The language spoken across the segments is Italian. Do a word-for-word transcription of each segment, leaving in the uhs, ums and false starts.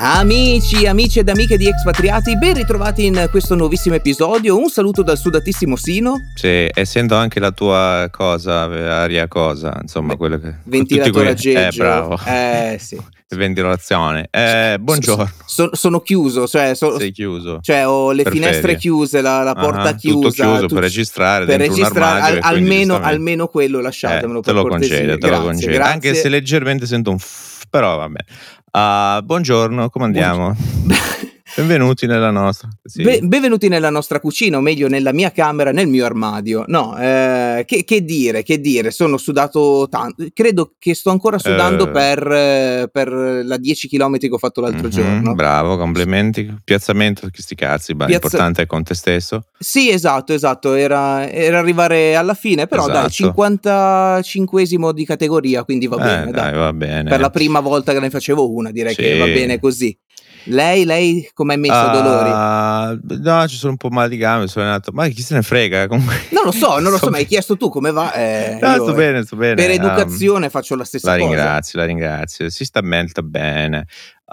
Amici, amici ed amiche di Expatriati, ben ritrovati in questo nuovissimo episodio. Un saluto dal sudatissimo Sino. Sì, essendo anche la tua cosa, aria cosa, insomma, Beh, quello che ventilatore a tutti quei- aggeggio. Eh, bravo. Eh, sì. Ventilazione. Eh, buongiorno. So- so- sono chiuso, cioè, so- Sei chiuso. cioè ho le Per finestre ferie. chiuse, la, la porta Ah, chiusa. tutto chiuso tutto- per registrare per dentro registrare, un armadio al- e quindi almeno, giustamente- almeno quello lasciatemelo Eh, te per lo cortesia. concedo, te lo Grazie, concedo. grazie. Anche se leggermente sento un f, però vabbè. Ah, buongiorno, come andiamo? Benvenuti nella nostra. Sì. Be- benvenuti nella nostra cucina, o meglio nella mia camera, nel mio armadio. No, eh, che, che dire, che dire, sono sudato tanto. Credo che sto ancora sudando Eh. per, eh, per la dieci chilometri che ho fatto l'altro Mhm, giorno. Bravo, complimenti. Piazzamento, chi sti cazzi, ma Piazza- l'importante è con te stesso. Sì, esatto, esatto, era, era arrivare alla fine, però dai, Esatto. cinquantacinquesimo di categoria, quindi va Eh, bene, dai, dai. va bene. Per la prima volta che ne facevo una, direi Sì. che va bene così. Lei, lei com'è messo a dolori? Ah, no, ci sono un po' mal di gambe, sono andato. Ma chi se ne frega? Comunque. Non lo so, non lo so, Sto ma hai chiesto tu come va? Eh, No, io, sto eh, bene, sto bene. Per Um, educazione faccio la stessa La cosa. ringrazio, la ringrazio. Si sta molto bene.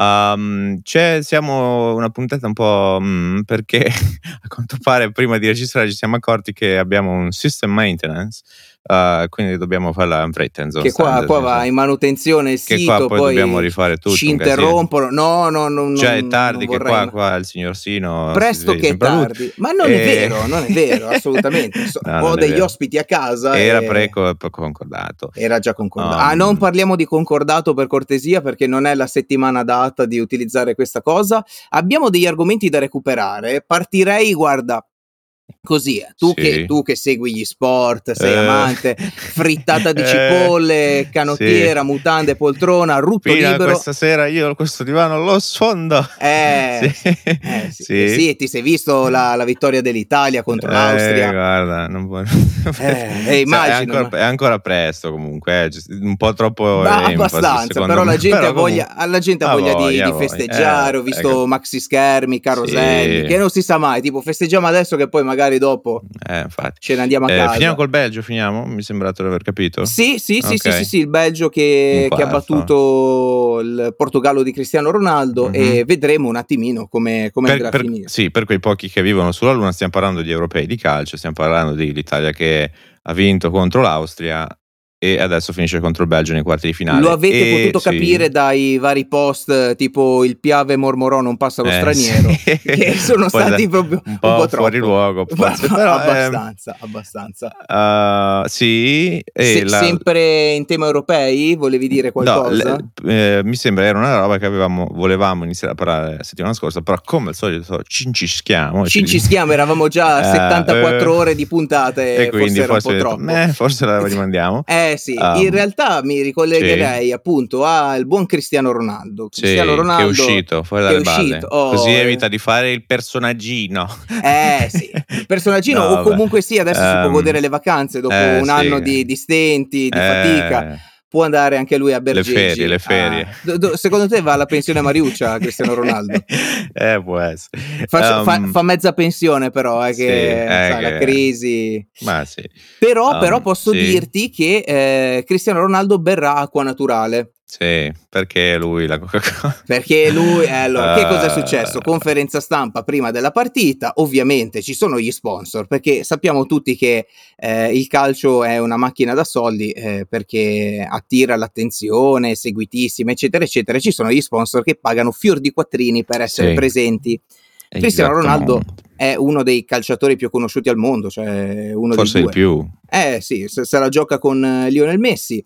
Um, c'è, siamo una puntata un po' mm, perché a quanto pare prima di registrare ci siamo accorti che abbiamo un system maintenance, uh, quindi dobbiamo farla in fretta. Che qua, qua va in manutenzione il Che sito, qua poi poi dobbiamo rifare tutto, ci un casino. interrompono. No, no, no, Cioè non- è tardi non che vorrei qua, ma- qua il signor Sino si Presto sveglia che è sempre lui. tardi, ma non è E- vero, non è vero, assolutamente. So- No, ho non è degli vero. ospiti a casa. Era e- preco concordato. Era già concordato. Um, ah, non parliamo di concordato per cortesia, perché non è la settimana adatta di utilizzare questa cosa. Abbiamo degli argomenti da recuperare. Partirei, guarda, così. eh. Tu, Sì. che, tu che segui gli sport, sei Eh. amante, frittata di Eh, cipolle, canottiera, sì. mutande, poltrona, rutto Fino a libero. questa sera io questo divano lo sfondo. Eh, Sì. eh, sì, Sì. sì, e ti sei visto la, la vittoria dell'Italia contro Eh, l'Austria? guarda, non può... Eh, Cioè, immagino, è, ancora, è ancora presto comunque, eh, un po' troppo Ma enfasi, abbastanza, secondo però me. la gente Però ha voglia, comunque- la gente ha Ha voglia di, voglia, di ha voglia. festeggiare. Eh, Ho visto ecco. maxi schermi, caroselli, Sì. che non si sa mai. Tipo, festeggiamo adesso che poi magari dopo Eh, infatti. ce ne andiamo a Eh, casa. finiamo col Belgio, finiamo? Mi è sembrato di aver capito. Sì, sì, sì, Ok. sì, sì, sì, il Belgio che, In che ha quarto. battuto il Portogallo di Cristiano Ronaldo, Mhm. e vedremo un attimino come, come Per, andrà per- a finire. sì, per quei pochi che vivono sulla Luna stiamo parlando di europei di calcio, stiamo parlando dell'Italia che ha vinto contro l'Austria e adesso finisce contro il Belgio nei quarti di finale. Lo avete E- potuto sì. capire dai vari post, tipo il Piave mormorò non passa lo Eh, straniero, sì. che sono Un po' stati da- proprio un un po' po' fuori troppo. luogo, forse, Ma- però, ehm, abbastanza, abbastanza. Uh, sì, e Se- la- Sempre in tema europei, volevi dire qualcosa? No, le- eh, mi sembra era una roba che avevamo, volevamo iniziare a parlare la settimana scorsa, però come al solito cincischiamo. Cincischiamo, eravamo già a Eh, settantaquattro eh, ore di puntate, e quindi forse era un forse, po' ho detto, troppo. "Meh, forse la rimandiamo." Eh sì, Um, in realtà mi ricollegherei appunto al buon Cristiano Ronaldo. Sì, Cristiano Ronaldo che è uscito fuori che dalle è uscito. balle, Oh, così eh. evita di fare il personaggino. Eh sì, il personaggino, No, o vabbè. comunque sì, adesso si può Ehm, godere le vacanze dopo eh, un sì. anno di, di stenti, di Eh, fatica. Può andare anche lui a Le Bergeggi. ferie, le ferie. Ah, do- do- secondo te va alla pensione Mariuccia Cristiano Ronaldo? Eh, può essere. Faccio- fa, Um, fa mezza pensione però, eh, sì, che eh, sai, la che- crisi. Ma sì. Però, Um, però posso sì. dirti che eh, Cristiano Ronaldo berrà acqua naturale. Sì, perché lui la Coca-Cola. Perché lui, eh, allora, che cosa è Ah. successo? Conferenza stampa prima della partita, ovviamente ci sono gli sponsor, perché sappiamo tutti che eh, il calcio è una macchina da soldi, eh, perché attira l'attenzione, seguitissima, eccetera, eccetera. Ci sono gli sponsor che pagano fior di quattrini per essere Sì. presenti. Cristiano Ronaldo è uno dei calciatori più conosciuti al mondo, cioè uno Forse dei il due. più. Eh sì, se, se la gioca con eh, Lionel Messi.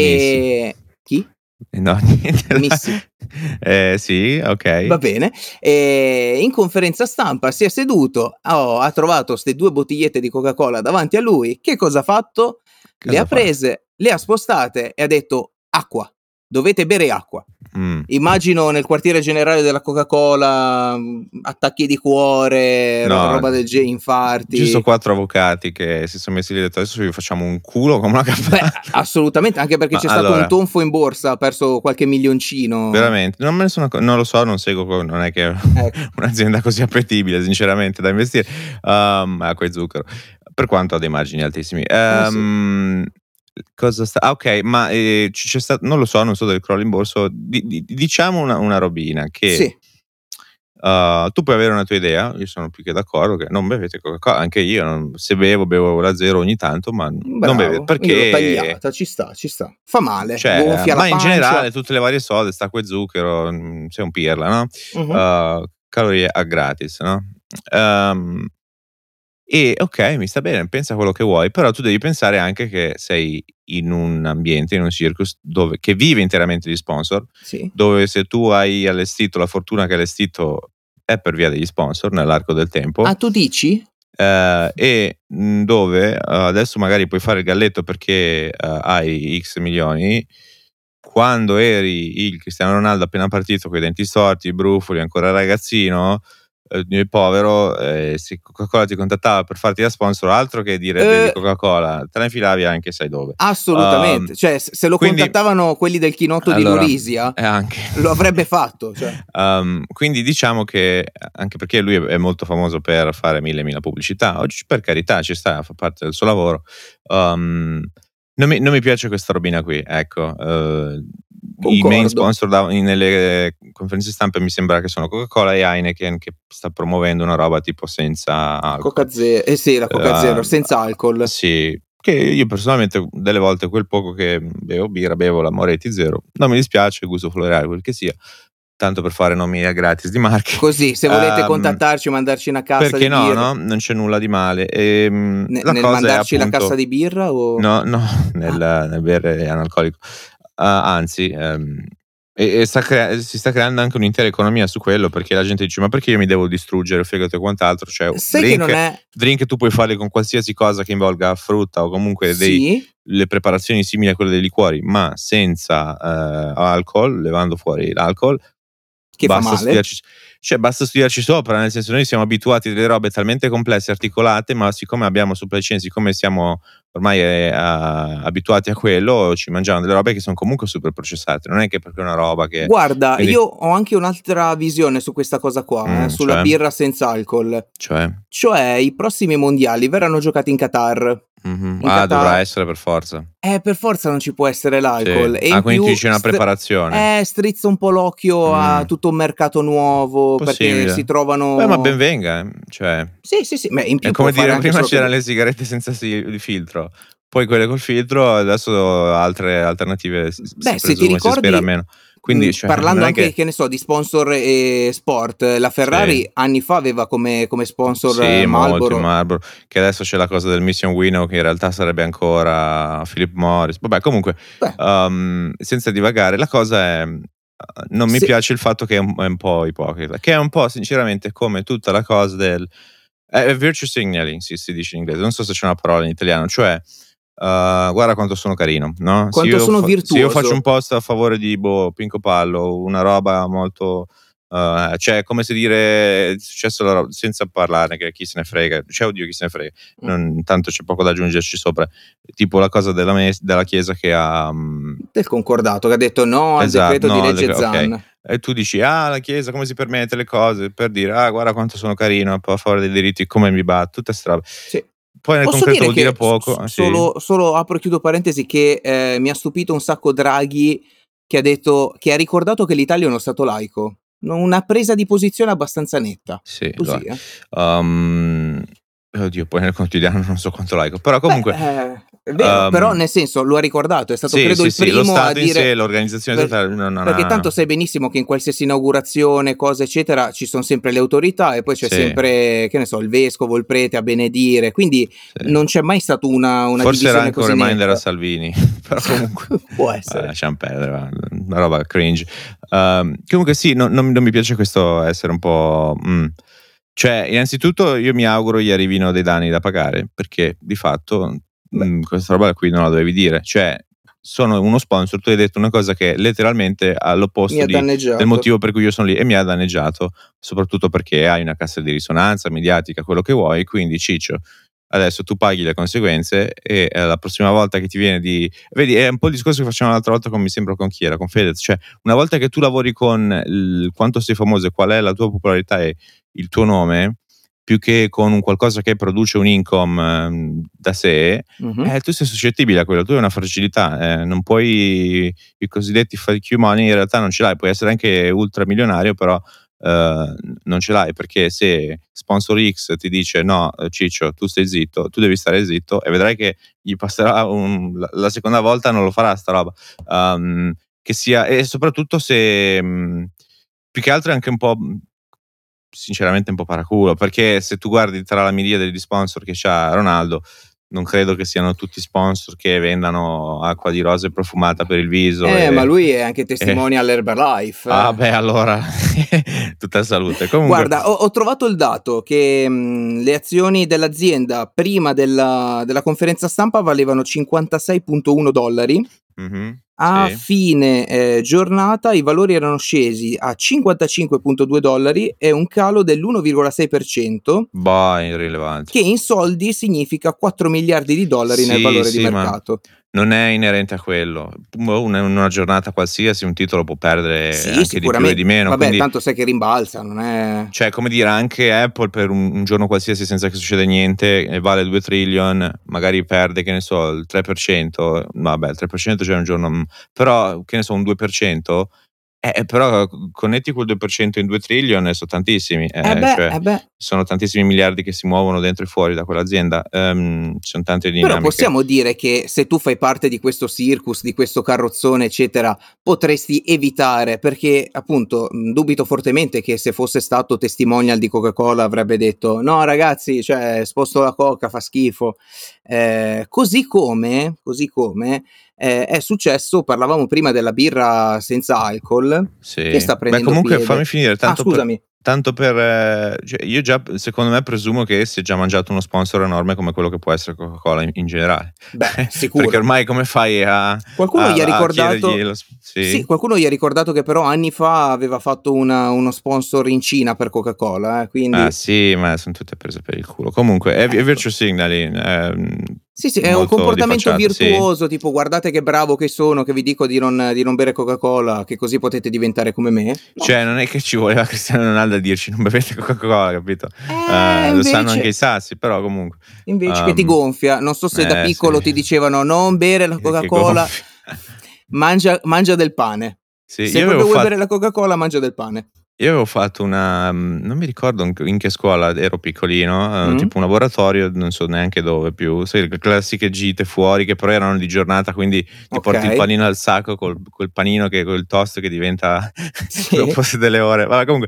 E chi? No, niente. Messi. Eh, sì, ok. Va bene. E in conferenza stampa si è seduto, oh, ha trovato queste due bottigliette di Coca-Cola davanti a lui. Che cosa ha fatto? Cosa le ha ha prese, le ha spostate e ha detto: acqua, dovete bere acqua. Mm. Immagino nel quartiere generale della Coca-Cola mh, attacchi di cuore, ro- No, roba del genere, infarti. Ci sono quattro avvocati che si sono messi lì e hanno detto adesso vi facciamo un culo come una Beh, campana. assolutamente, anche perché Ma c'è stato allora- un tonfo in borsa, ha perso qualche milioncino. Veramente, non me ne sono non lo so, non seguo, non è che è Ecco. un'azienda così appetibile sinceramente da investire. Um, acqua e zucchero, per quanto ha dei margini altissimi. Um, Cosa sta ah okay, ma, ehm, c c'è sta non lo so, non so del crollo in borsa, di di diciamo una una robina che, Sì. uhm, tu puoi avere una tua idea, io sono più che d'accordo che non bevete Coca-Cola, anche io non se bevo, bevo la zero ogni tanto, ma non beve Bravo, io l'ho perché tagliata, ci sta, ci sta. Fa male, cioè, gonfia la ma in pancia. generale tutte le varie sode, sta acqua e zucchero, mhmm, sei un pirla, no, Mh-mh. uhm, calorie a gratis, no, uhm, e okay, mi sta bene, pensa quello che vuoi, però tu devi pensare anche che sei in un ambiente, in un circus dove che vive interamente di sponsor, Sì. dove se tu hai allestito la fortuna che hai allestito è per via degli sponsor nell'arco del tempo. Ah, tu dici? Ehm, e, mhmm, dove, uhm, adesso magari puoi fare il galletto perché, uhm, hai X milioni, quando eri il Cristiano Ronaldo appena partito coi denti storti, i brufoli, ancora ragazzino, uhm, e povero, ehm, se Coca-Cola ti contattava per farti da sponsor, altro che dire: "Bevi Uhm Coca-Cola", te la infilavi anche sai dove. Uhm, Assolutamente, cioè s se lo quindi contattavano quelli del chinotto di allora, Lurisia, e anche lo avrebbe fatto, cioè. uhm, quindi diciamo che anche perché lui è è molto famoso per fare mille, mille pubblicità, oggi per carità ci sta, fa parte del suo lavoro. Uhm, non mi non mi piace questa robina qui, ecco. Uhm, i main Concordo. sponsor da nelle conferenze stampa mi sembra che sono Coca-Cola e Heineken che sta promuovendo una roba tipo senza alcol. Coca ze eh sì, la Coca zero, Uhm, senza alcol. sì, che io personalmente delle volte quel poco che bevo birra, bevo la Moretti Zero, non mi dispiace, gusto floreale, quel che sia, tanto per fare nomi a gratis di marche. Così, se volete Uhm, contattarci, mandarci una cassa perché di no, birra no, non c'è nulla di male. Ehm, Ne la nel cosa è mandarci la cassa appunto di birra o no, no, nel ah. nel bere analcolico. Uh, anzi, ehm, e e sta crea si sta creando anche un'intera economia su quello, perché la gente dice: "Ma perché io mi devo distruggere il fegato e quant'altro?" Cioè, Sai che non drink è drink tu puoi farli con qualsiasi cosa che involga frutta o comunque dei Sì. le preparazioni simili a quelle dei liquori, ma senza, uhm, alcol, levando fuori l'alcol, Che fa basta male? studiarci s cioè basta studiarci sopra, nel senso noi siamo abituati a delle robe talmente complesse e articolate, ma siccome abbiamo supply chain, siccome siamo ormai, ehm, a abituati a quello, ci mangiamo delle robe che son comunque super processate. Non è che perché è una roba che Guarda, quindi io ho anche un'altra visione su questa cosa qua, eh, Mh, sulla cioè? birra senza alcol. Cioè? Cioè, i prossimi mondiali verranno giocati in Qatar. Mh-mh. In Ah, dovrà Qatar essere per forza. eh, per forza non ci può essere Sì. l'alcol e Ah, in quindi tu più dici una st preparazione. eh, strizza un po' l'occhio a Mh. tutto un mercato nuovo, perché si Possibile. Beh, ma ben trovano venga, eh, cioè Sì, sì, sì, beh, in è più può come fare dire anche prima solo che c'eran be le sigarette senza si il filtro, poi quelle col filtro, adesso altre alternative s s Beh, si se ti presume, si spera ricordi, meno. Quindi, mhmm, cioè, non parlando è anche, che che ne so, di sponsor e sport, la Sì. Ferrari anni fa aveva come come sponsor Sì, molto, il Marlboro. Marlboro, che adesso c'è la cosa del Mission Winnow che in realtà sarebbe ancora Philip Morris. Vabbè, comunque, Beh. uhm, senza divagare, la cosa è, uhm, non mi Se piace il fatto che è un è un po' ipocrita, che è un po' sinceramente come tutta la cosa del è virtue signaling si si dice in inglese, non so se c'è una parola in italiano, cioè, uhm, guarda quanto sono carino, no, se Quanto io sono f se io faccio un virtuoso. post a favore di, boh, Pinco Pallo, una roba molto uhm, cioè è come se dire è successo la ro senza parlarne, che chi se ne frega, cioè oddio chi se ne frega, Mh. non tanto c'è poco da aggiungerci sopra. Tipo la cosa della mes della chiesa che ha, mhmm Del concordato, che ha detto no al Esat decreto di no, legge okay. Zan. E tu dici: "Ah, la chiesa come si permette le cose", per dire: "Ah, guarda quanto sono carino, a favore dei diritti, come mi batto", tutte 'ste robe. Sì. Poi nel Posso concreto dire vuol dire che s poco s ah, sì? solo solo apro e chiudo parentesi, che, ehm, mi ha stupito un sacco Draghi che ha detto che ha ricordato che l'Italia è uno stato laico. No una presa di posizione abbastanza netta. Sì, lo Così, è. eh. Uhm, oddio, poi nel quotidiano non so quanto laico, però Beh, comunque, eh, è vero, però uhm nel senso lo ha ricordato, è stato Sì, credo sì, il sì, lo primo a stato in sé, dire l'organizzazione per totale no non perché tanto ha sai benissimo che in qualsiasi inaugurazione, cose eccetera, ci son sempre le autorità e poi c'è Sì. sempre, che ne so, il vescovo, il prete a benedire, quindi Sì. non c'è mai stato una una Forse era divisione anche un così reminder a netta. Salvini, però comunque Può vabbè essere. lasciam perdere va, una roba cringe. Uhm, comunque sì, non non non mi piace questo essere un po', mhmm, cioè innanzitutto io mi auguro gli arrivino dei danni da pagare, perché di fatto, Beh. mhmm, questa roba qui non la dovevi dire. Cioè, sono uno sponsor, tu hai detto una cosa che è letteralmente Mi all'opposto ha di del danneggiato. motivo per cui io sono lì e mi ha danneggiato, soprattutto perché hai una cassa di risonanza mediatica, quello che vuoi, quindi ciccio, adesso tu paghi le conseguenze e, ehm, la prossima volta che ti viene di vedi è un po' il discorso che facevamo l'altra volta con mi sembra con chi era, con Fedez, cioè una volta che tu lavori con il quanto sei famoso e qual è la tua popolarità e il tuo nome più che con un qualcosa che produce un income eh, da sé, Mhm. eh, tu sei suscettibile a quello, tu hai una fragilità, eh, non puoi, i cosiddetti fake money in realtà non ce l'hai, puoi essere anche ultramilionario, però eh, non ce l'hai, perché se sponsor X ti dice no, eh, Ciccio, tu stai zitto, tu devi stare zitto, e vedrai che gli passerà un, la, la seconda volta non lo farà sta roba. Um, che sia, e soprattutto se mh, più che altro è anche un po', sinceramente un po' paraculo, perché se tu guardi tra la miriade di sponsor che c'ha Ronaldo, non credo che siano tutti sponsor che vendano acqua di rose profumata per il viso Eh, ma e, lui è anche e testimone all'Herbalife. ah eh. beh, allora tutta salute. Comunque Guarda, ho, ho trovato il dato che mh, le azioni dell'azienda prima della, della conferenza stampa valevano cinquantasei virgola uno dollari. mhm, A sì, fine eh, giornata i valori erano scesi a cinquantacinque virgola due dollari e un calo dell'uno virgola sei per cento, boh, irrilevante. che in soldi significa quattro miliardi di dollari nel Sì, valore di sì, ma mercato. non è inerente a quello. Una, una giornata qualsiasi un titolo può perdere Sì, anche di più e di sicuramente. meno, Vabbè, quindi tanto sai che rimbalza, non è... cioè, come dire, anche Apple per un, un giorno qualsiasi senza che succeda niente e vale due trillion, magari perde, che ne so, il tre per cento, vabbè, il tre per cento c'è un giorno, mm, però, che ne so, un due per cento, eh, però connetti quel due per cento in due trillion e sono tantissimi, Eh eh, beh, cioè, eh beh. sono tantissimi miliardi che si muovono dentro e fuori da quell'azienda, um, ci sono tante Però dinamiche. possiamo dire che se tu fai parte di questo circus, di questo carrozzone, eccetera, potresti evitare, perché appunto mh, dubito fortemente che se fosse stato testimonial di Coca-Cola avrebbe detto no ragazzi, cioè sposto la Coca, fa schifo. Eh, così come, così come eh, è successo, parlavamo prima della birra senza alcol, che Sì, sta beh, prendendo comunque fammi piede. finire, Ah, tanto per, scusami. tanto per eh, cioè, io già, secondo me, presumo che si è già mangiato uno sponsor enorme come quello che può essere Coca-Cola in, in generale, Beh, perché sicuro. ormai come fai a, a, Qualcuno gli ha a chiedergli ricordato lo, sp- sì, sì? qualcuno gli ha ricordato che però anni fa aveva fatto una uno sponsor in Cina per Coca-Cola, eh, Ah quindi sì, ma sono tutte prese per il culo. Comunque, è, è ecco. virtue signaling, è, mm, Sì, sì, è un molto di comportamento facciata, sì? virtuoso, tipo guardate che bravo che sono, che vi dico di non di non bere Coca-Cola, che così potete diventare come me. No. Cioè, non è che ci voleva Cristiano Ronaldo a dirci non bevete Coca-Cola, capito? Eh, Eh, lo sanno anche invece i sassi, però comunque. invece che ti Um, gonfia. Non so se da eh sì, piccolo ti dicevano: "Non bere la che Coca-Cola, gonfia. mangia mangia del pane. Sì, Se io avevo proprio vuoi bere fatto la Coca-Cola, mangia del pane." io avevo fatto una mhmm, non mi ricordo in c in che scuola ero piccolino, uhm, Mh? tipo un laboratorio, non so neanche dove più, sai le classiche gite fuori che però erano di giornata, quindi ti porti il Okay. panino al sacco col quel panino che col toast che diventa Sì. dopo s delle ore. Vabbè comunque,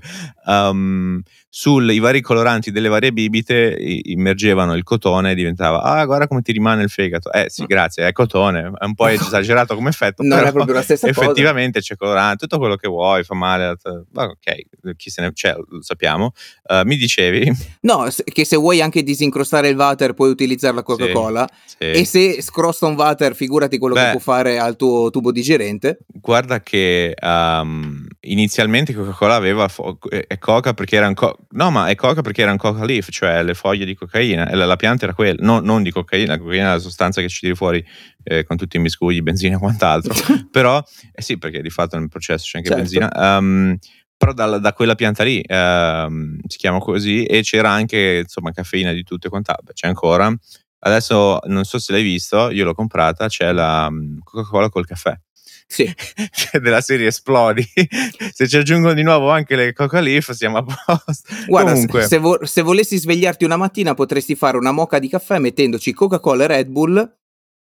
uhm, sul i vari coloranti delle varie bibite i immergevano il cotone e diventava: "Ah, guarda come ti rimane il fegato". Eh sì, Mh. grazie, è cotone, è un po' esagerato come effetto, Non però è proprio la stessa cosa. effettivamente c'è colorante, tutto quello che vuoi, fa male, t ma okay, chi se ne cioè lo sappiamo. Uhm, mi dicevi? No, s che se vuoi anche disincrostare il water puoi utilizzare la Sì, Coca-Cola e sì. se scrosta un water figurati quello che può Beh, fare al tuo tubo digerente. guarda che, uhm, inizialmente Coca-Cola aveva fo è è coca perché eran co no, ma è coca perché eran coca leaf, cioè le foglie di cocaina, e la la pianta era quel no, non di cocaina, la cocaina è la sostanza che ci tiri fuori, ehm, con tutti i miscugli, benzina e quant'altro. Però eh sì, perché di fatto nel processo c'è anche Certo. benzina, uhm, però dal da quella pianta lì, uhm, si chiama così, e c'era anche, insomma, caffeina di tutto e quant'altro, c'è ancora. Adesso non so se l'hai visto, io l'ho comprata, c'è la, mhmm, Coca-Cola col caffè. Sì. Cioè della serie esplodi. Se ci aggiungono di nuovo anche le Coca Leaf siamo a posto. Guarda, se Comunque se vo se volessi svegliarti una mattina potresti fare una moka di caffè mettendoci Coca-Cola e Red Bull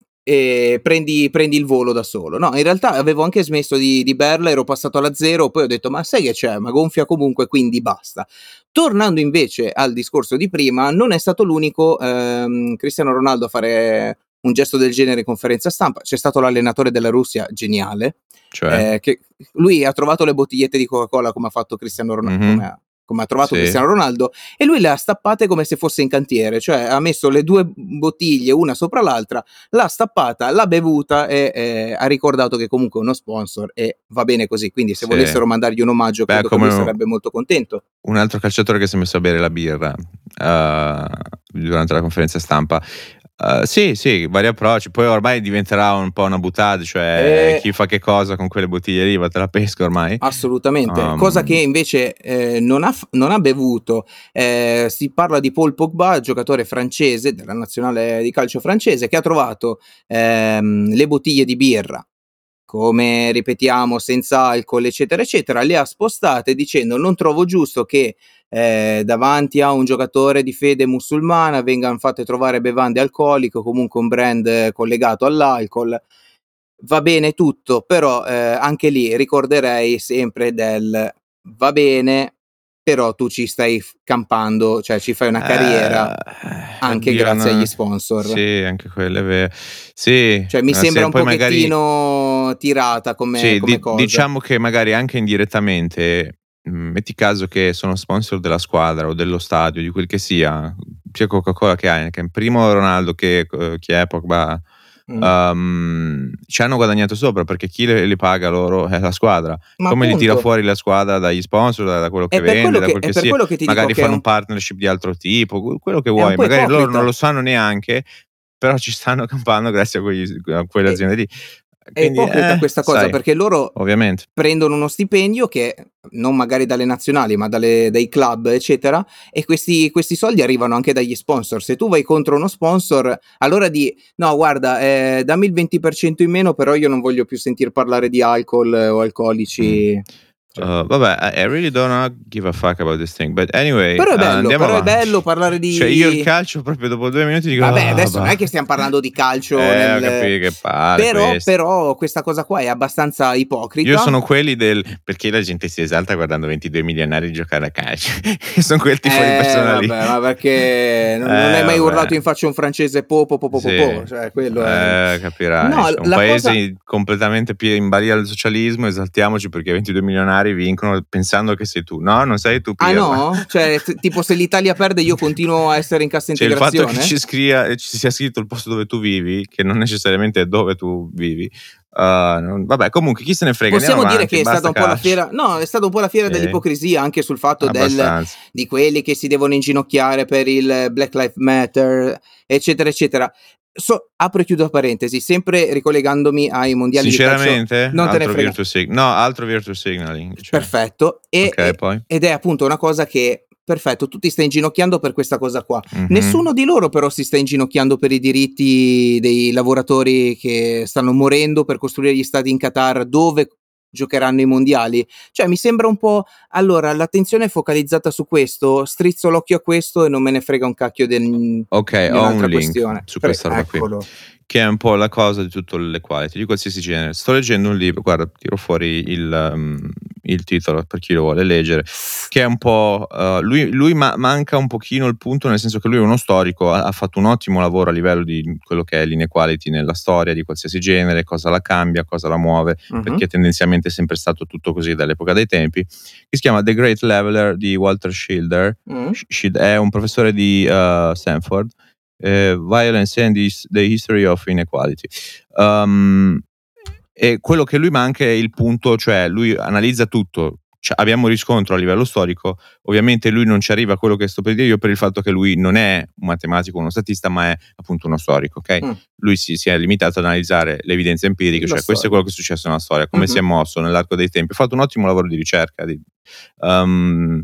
e prendi prendi il volo da solo. No, in realtà avevo anche smesso di di berla, ero passato alla zero, poi ho detto: "Ma sai che c'è? Ma gonfia comunque, quindi basta." Tornando invece al discorso di prima, non è stato l'unico, ehm, Cristiano Ronaldo a fare un gesto del genere in conferenza stampa. C'è stato l'allenatore della Russia, geniale, cioè? ehm, che lui ha trovato le bottigliette di Coca-Cola come ha fatto Cristiano Rona Mh-mh. come ha come ha trovato Sì, Cristiano Ronaldo e lui le ha stappate come se fosse in cantiere, cioè ha messo le due bottiglie una sopra l'altra, l'ha stappata, l'ha bevuta e, ehm, ha ricordato che comunque è uno sponsor e va bene così. Quindi se sì. volessero mandargli un omaggio Beh, credo che lui come sarebbe molto contento. un altro calciatore che si è messo a bere la birra, uhm, durante la conferenza stampa. Uh, sì, sì, vari approcci. Poi ormai diventerà un po' una boutade, cioè Eh, chi fa che cosa con quelle bottiglie lì, va te la pesca ormai. assolutamente. Cosa che Um, invece eh, non, ha, f- non ha bevuto. Eh, si parla di Paul Pogba, giocatore francese della nazionale di calcio francese, che ha trovato ehm, le bottiglie di birra, come ripetiamo, senza alcol, eccetera, eccetera, le ha spostate dicendo: non trovo giusto che eh, davanti a un giocatore di fede musulmana vengano fatte trovare bevande alcoliche o comunque un brand eh, collegato all'alcol. Va bene tutto, però eh, anche lì ricorderei sempre del va bene, però tu ci stai f- campando, cioè ci fai una carriera eh, anche oddio, grazie agli no. sponsor. Sì, anche quello è vero. Sì, Cioè mi ma sembra se un poi magari pochettino tirata come, sì, come di- cosa. diciamo che magari anche indirettamente, mh, metti caso che sono sponsor della squadra o dello stadio, di quel che sia, sia Coca-Cola che Heineken, primo Ronaldo che eh, chi è Pogba, Mm. um, ci hanno guadagnato sopra perché chi le, li paga loro è la squadra. Ma Come li tira appunto, fuori la squadra dagli sponsor, da, da quello che è per vende, quello da che, quel è che per sia, quello che ti dico magari che è fanno un, partnership di altro tipo, quello che è un vuoi, po' magari loro non lo ipocrita. sanno neanche, però ci stanno campando grazie a, quegli- a quelle È, aziende lì. è Quindi, ipocrita eh, questa cosa sai, perché loro ovviamente. prendono uno stipendio che non magari dalle nazionali, ma dalle, dai club, eccetera, e questi, questi soldi arrivano anche dagli sponsor. Se tu vai contro uno sponsor, allora di no, guarda, eh, dammi il venti per cento in meno, però io non voglio più sentir parlare di alcol eh, o Mm. alcolici. Cioè. Uh, vabbè, I, I really don't give a fuck about this thing. But anyway, Però è uh, bello, andiamo però è avanti. bello parlare Cioè, io il di. calcio proprio dopo due minuti dico, Vabbè, ah, adesso non è che bah. stiamo parlando di calcio Eh, ho nel. capito che palle Però, questo. però questa cosa qua è abbastanza Io sono ipocrita. quelli del perché la gente si esalta guardando ventidue milionari giocare a calcio. Io sono quel tipo di Eh, persona lì. vabbè, ma perché non, non hai Eh, mai urlato vabbè. in faccia a un francese po po po po po, Sì, po, cioè quello è. eh, capirai. No, Cioè, un la cosa. paese completamente pie- in balia del socialismo, esaltiamoci perché ventidue milionari vincono pensando che sei tu. No, non sei tu, Ah pirla. no? Cioè, t- tipo se l'Italia perde io continuo a essere in cassa Cioè, il fatto che integrazione? ci, scria, ci sia scritto il posto dove tu vivi, che non necessariamente è dove tu vivi, uh, non- vabbè, comunque, chi se ne frega, andiamo Possiamo dire avanti, che è stata basta un po' la calcio. fiera, no, è stata un po' la fiera Sì, dell'ipocrisia anche sul fatto del, abbastanza. di quelli che si devono inginocchiare per il Black Lives Matter, eccetera, eccetera. So- apro e chiudo parentesi, sempre ricollegandomi ai mondiali di calcio, Sinceramente, non te ne altro frega. virtue sig- no, altro virtue signaling. Cioè. Perfetto, e, Ok, e- poi. ed è appunto una cosa che, perfetto, tu ti stai inginocchiando per questa cosa qua. Mhm. Nessuno di loro però si sta inginocchiando per i diritti dei lavoratori che stanno morendo per costruire gli stadi in Qatar dove giocheranno i mondiali. Cioè mi sembra un po', allora l'attenzione è focalizzata su questo, strizzo l'occhio a questo e non me ne frega un cacchio del- Ok, di ho un un'altra link questione. su Pre- questa roba qui, eccolo. che è un po' la cosa di tutte le quality, di qualsiasi genere. Sto leggendo un libro, guarda, tiro fuori il, um, il titolo per chi lo vuole leggere, che è un po'... uh, lui lui ma- manca un pochino il punto, nel senso che lui è uno storico, ha, ha fatto un ottimo lavoro a livello di quello che è l'inequality nella storia di qualsiasi genere, cosa la cambia, cosa la muove, Mhm. perché tendenzialmente è sempre stato tutto così dall'epoca dei tempi, che si chiama The Great Leveler di Walter Schilder. Mm. Schild è un professore di uh, Stanford, eh, Violence and the, the History of Inequality. Um, e quello che lui manca è il punto, cioè lui analizza tutto. Cioè, abbiamo riscontro a livello storico, ovviamente lui non ci arriva a quello che sto per dire io per il fatto che lui non è un matematico, uno statista, ma è appunto uno storico, ok? Mm. Lui si, si è limitato ad analizzare le evidenze empiriche, La cioè questo è storia. quello che è successo nella storia, come Mhm. si è mosso nell'arco dei tempi. Ha fatto un ottimo lavoro di ricerca. Di, um,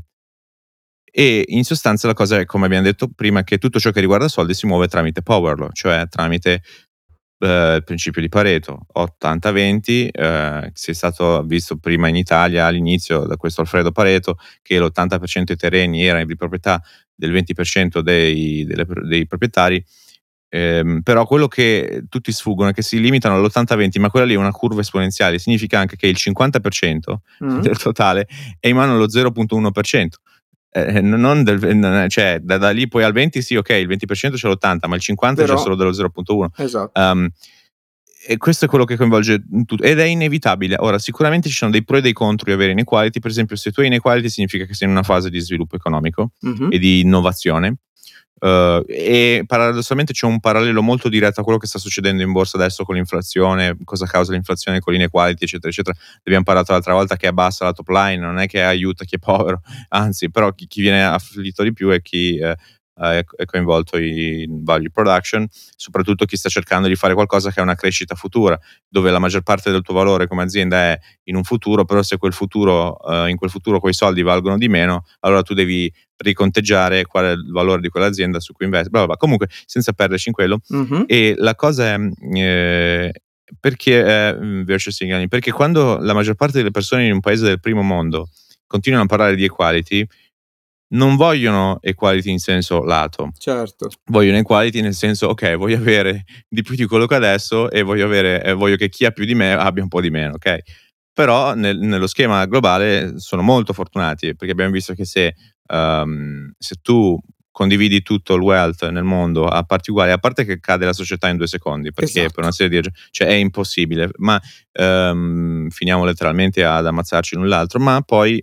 e in sostanza la cosa è, come abbiamo detto prima, che tutto ciò che riguarda soldi si muove tramite power law, cioè tramite eh, il principio di Pareto, ottanta venti, eh, si è stato visto prima in Italia all'inizio da questo Alfredo Pareto che l'ottanta per cento dei terreni era di proprietà del venti per cento dei, delle, dei proprietari, ehm, però quello che tutti sfuggono è che si limitano all'ottanta venti, ma quella lì è una curva esponenziale, significa anche che il cinquanta per cento Mm. del totale è in mano allo zero virgola uno per cento. Eh, non del, cioè, da, da lì poi al venti sì, ok, il venti per cento c'è l'ottanta, ma il cinquanta per cento c'è Però, solo dello zero virgola uno. esatto. Um, e questo è quello che coinvolge tutto ed è inevitabile. Ora, sicuramente ci sono dei pro e dei contro di avere inequality. Per esempio, se tu hai inequality significa che sei in una fase di sviluppo economico Mhm. e di innovazione. Uh, e paradossalmente c'è un parallelo molto diretto a quello che sta succedendo in borsa adesso con l'inflazione, cosa causa l'inflazione con l'inequality, eccetera, eccetera. Abbiamo parlato l'altra volta che abbassa la top line, non è che aiuta chi è povero, anzi, però chi, chi viene afflitto di più è chi eh, eh, è coinvolto in value production, soprattutto chi sta cercando di fare qualcosa che è una crescita futura, dove la maggior parte del tuo valore come azienda è in un futuro, però se quel futuro, eh, in quel futuro quei soldi valgono di meno, allora tu devi riconteggiare qual è il valore di quell'azienda su cui investi, bla bla bla. Comunque senza perderci in quello. Mhm. E la cosa è eh, perché è virtuous signaling? Perché quando la maggior parte delle persone in un paese del primo mondo continuano a parlare di equality, non vogliono equality in senso lato, Certo. vogliono equality nel senso, ok, voglio avere di più di quello che ho adesso e voglio, avere, eh, voglio che chi ha più di me abbia un po' di meno, ok? Però nel, nello schema globale sono molto fortunati, perché abbiamo visto che se, um, se tu condividi tutto il wealth nel mondo a parti uguali, a parte che cade la società in due secondi, perché Esatto. per una serie di ragioni, cioè è impossibile, ma um, finiamo letteralmente ad ammazzarci l'un l'altro, ma poi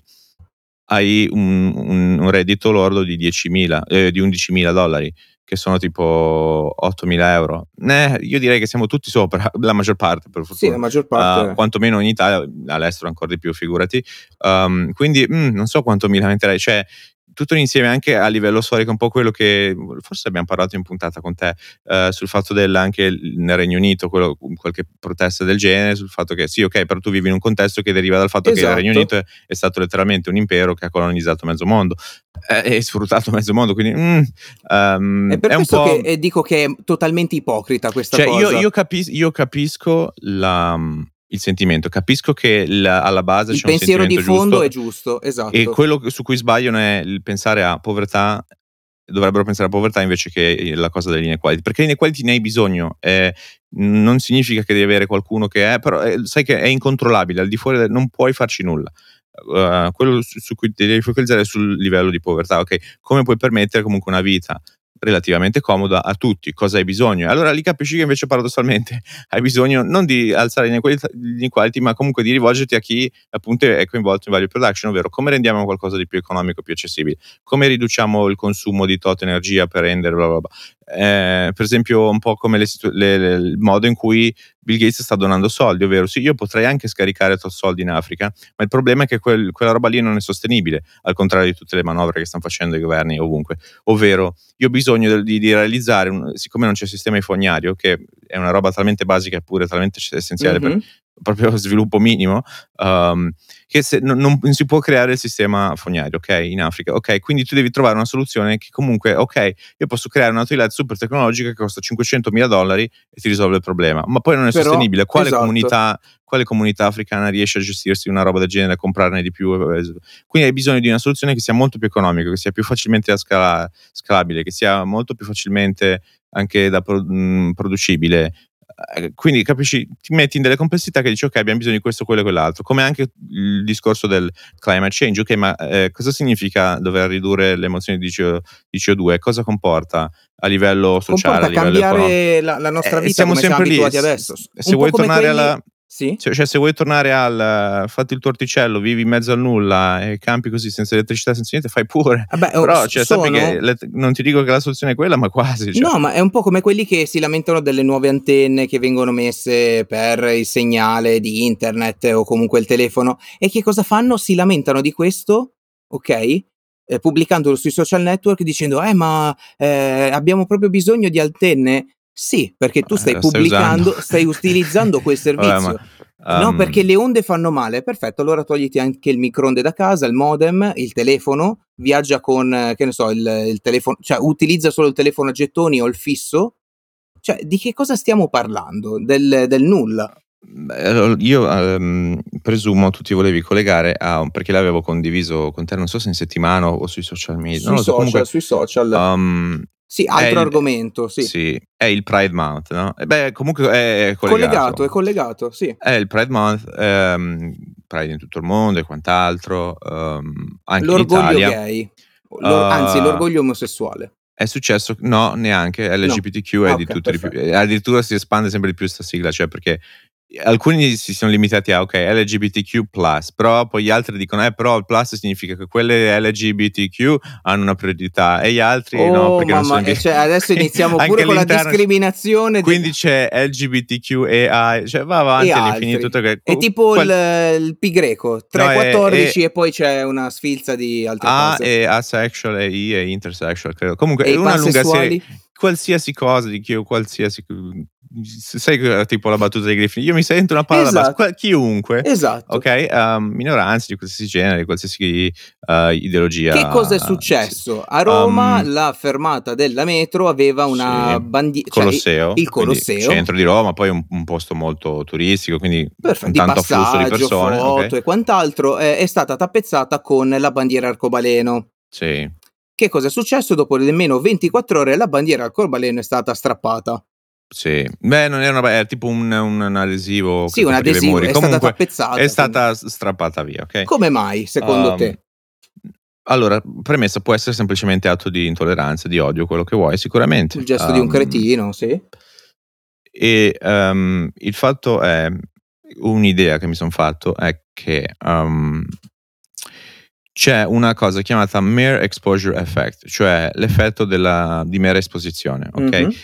hai un, un, un reddito lordo di diecimila, eh, di undicimila dollari, che sono tipo ottomila euro. Eh, io direi che siamo tutti sopra, la maggior parte per Sì, fortuna, la maggior parte. uh, quantomeno in Italia, all'estero ancora di più, figurati. Um, quindi mm, non so quanto mi lamenterei, cioè tutto insieme anche a livello storico, un po' quello che forse abbiamo parlato in puntata con te, uh, sul fatto del anche nel Regno Unito, quello, qualche protesta del genere, sul fatto che sì, ok, però tu vivi in un contesto che deriva dal fatto Esatto. che il Regno Unito è, è stato letteralmente un impero che ha colonizzato mezzo mondo e eh, sfruttato mezzo mondo, quindi mm, um, È per è un questo po'... che eh, dico che è totalmente ipocrita questa cioè, cosa. Io, io, capis- io capisco la, il sentimento, capisco che la, alla base Il c'è un pensiero di sentimento fondo giusto, è giusto, esatto. e quello su cui sbagliano è il pensare a povertà. Dovrebbero pensare a povertà invece che la cosa dell'inequality, perché l'inequality ne hai bisogno, eh, non significa che devi avere qualcuno che è, però eh, sai che è incontrollabile, al di fuori del, non puoi farci nulla. Uh, quello su, su cui ti devi focalizzare è sul livello di povertà, ok? Come puoi permettere comunque una vita relativamente comoda a tutti, cosa hai bisogno? Allora lì capisci che invece paradossalmente hai bisogno non di alzare l'inequality, ma comunque di rivolgerti a chi appunto è coinvolto in value production, ovvero come rendiamo qualcosa di più economico, più accessibile, come riduciamo il consumo di tot energia per rendere bla bla bla. Eh, per esempio un po' come le situ- le, le, il modo in cui Bill Gates sta donando soldi, ovvero sì, io potrei anche scaricare tot soldi in Africa, ma il problema è che quel, quella roba lì non è sostenibile, al contrario di tutte le manovre che stanno facendo i governi ovunque, ovvero io ho bisogno di, di realizzare, un, siccome non c'è sistema fognario, che è una roba talmente basica eppure talmente essenziale mm-hmm. per proprio sviluppo minimo, um, che se, non, non si può creare il sistema fognario, ok, in Africa, ok, quindi tu devi trovare una soluzione che comunque, ok, io posso creare un'autorità super tecnologica che costa cinquecentomila dollari e ti risolve il problema, ma poi non è Però, sostenibile. Quale esatto. comunità quale comunità africana riesce a gestirsi una roba del genere, a comprarne di più? Quindi hai bisogno di una soluzione che sia molto più economica, che sia più facilmente scala, scalabile, che sia molto più facilmente anche da mh, producibile. Quindi capisci, ti metti in delle complessità che dici ok, abbiamo bisogno di questo, quello e quell'altro, come anche il discorso del climate change. Ok, ma eh, cosa significa dover ridurre le emissioni di, C O, di C O due? Cosa comporta a livello sociale, comporta a livello cambiare la, la nostra vita, eh, siamo come sempre siamo abituati lì. adesso. Se, Un se vuoi tornare quelli... alla Sì? Cioè, se vuoi tornare al fatti il tuo orticello, vivi in mezzo al nulla e campi così senza elettricità, senza niente, fai pure. Vabbè, Però cioè, sono... sappi che le, non ti dico che la soluzione è quella, ma quasi. Cioè. No, ma è un po' come quelli che si lamentano delle nuove antenne che vengono messe per il segnale di internet o comunque il telefono. E che cosa fanno? Si lamentano di questo, ok? Eh, pubblicandolo sui social network dicendo eh ma eh, abbiamo proprio bisogno di antenne. Sì, perché tu stai eh, pubblicando, stai, stai utilizzando quel servizio. Vabbè, ma, um... No, perché le onde fanno male. Perfetto, allora togliti anche il microonde da casa, il modem, il telefono, viaggia con, che ne so, il, il telefono, cioè utilizza solo il telefono a gettoni o il fisso. Cioè, di che cosa stiamo parlando? Del, del nulla. Beh, io um, presumo tu ti volevi collegare a, perché l'avevo condiviso con te, non so se in settimana o sui social media. Sui non lo so, social, comunque, sui social. Um, Sì, altro il, argomento, sì. Sì, è il Pride Month, no? E beh, comunque è collegato. Collegato, è collegato, sì. È il Pride Month, ehm, Pride in tutto il mondo e quant'altro, ehm, anche l'orgoglio in Italia. Gay, L'or- uh, anzi l'orgoglio omosessuale. È successo, no, neanche, L G B T Q no. È ah, di okay, tutto perfetto. Di più, addirittura si espande sempre di più sta sigla, cioè perché alcuni si sono limitati a ok L G B T Q plus, però poi gli altri dicono eh però il plus significa che quelle L G B T Q hanno una priorità e gli altri oh, no perché non mamma, sono eh, cioè, adesso iniziamo pure con la discriminazione quindi de... c'è L G B T Q e I, cioè va avanti e all'infinito altri. che, È tipo qual... il, il pi greco tre quattordici no, e... e poi c'è una sfilza di altre A cose. e asexual e I e intersexual credo. Comunque e è una lunga serie, qualsiasi cosa di chi qualsiasi, sai tipo la battuta dei Griffin, io mi sento una palla esatto. da basta, chiunque, esatto. ok, um, minoranze di qualsiasi genere, qualsiasi uh, ideologia. Che cosa è successo? Sì. A Roma um, la fermata della metro aveva una sì, bandiera, Colosseo, cioè il Colosseo, centro di Roma, poi un, un posto molto turistico, quindi perfetto, con di tanto afflusso di persone, foto okay. e quant'altro, eh, è stata tappezzata con la bandiera arcobaleno. Sì. Che cosa è successo? Dopo nemmeno ventiquattro ore la bandiera arcobaleno è stata strappata. Sì, beh, non era una era tipo un, un, un adesivo sì, che un adesivo, muri. è Comunque stata tappezzata. è stata quindi... strappata via, ok? Come mai, secondo um, te? Allora, premessa, può essere semplicemente atto di intolleranza, di odio, quello che vuoi, sicuramente. Il gesto um, di un cretino, sì. E um, il fatto è, un'idea che mi sono fatto è che um, c'è una cosa chiamata mere exposure effect, cioè l'effetto della, di mera esposizione, ok? Mm-hmm.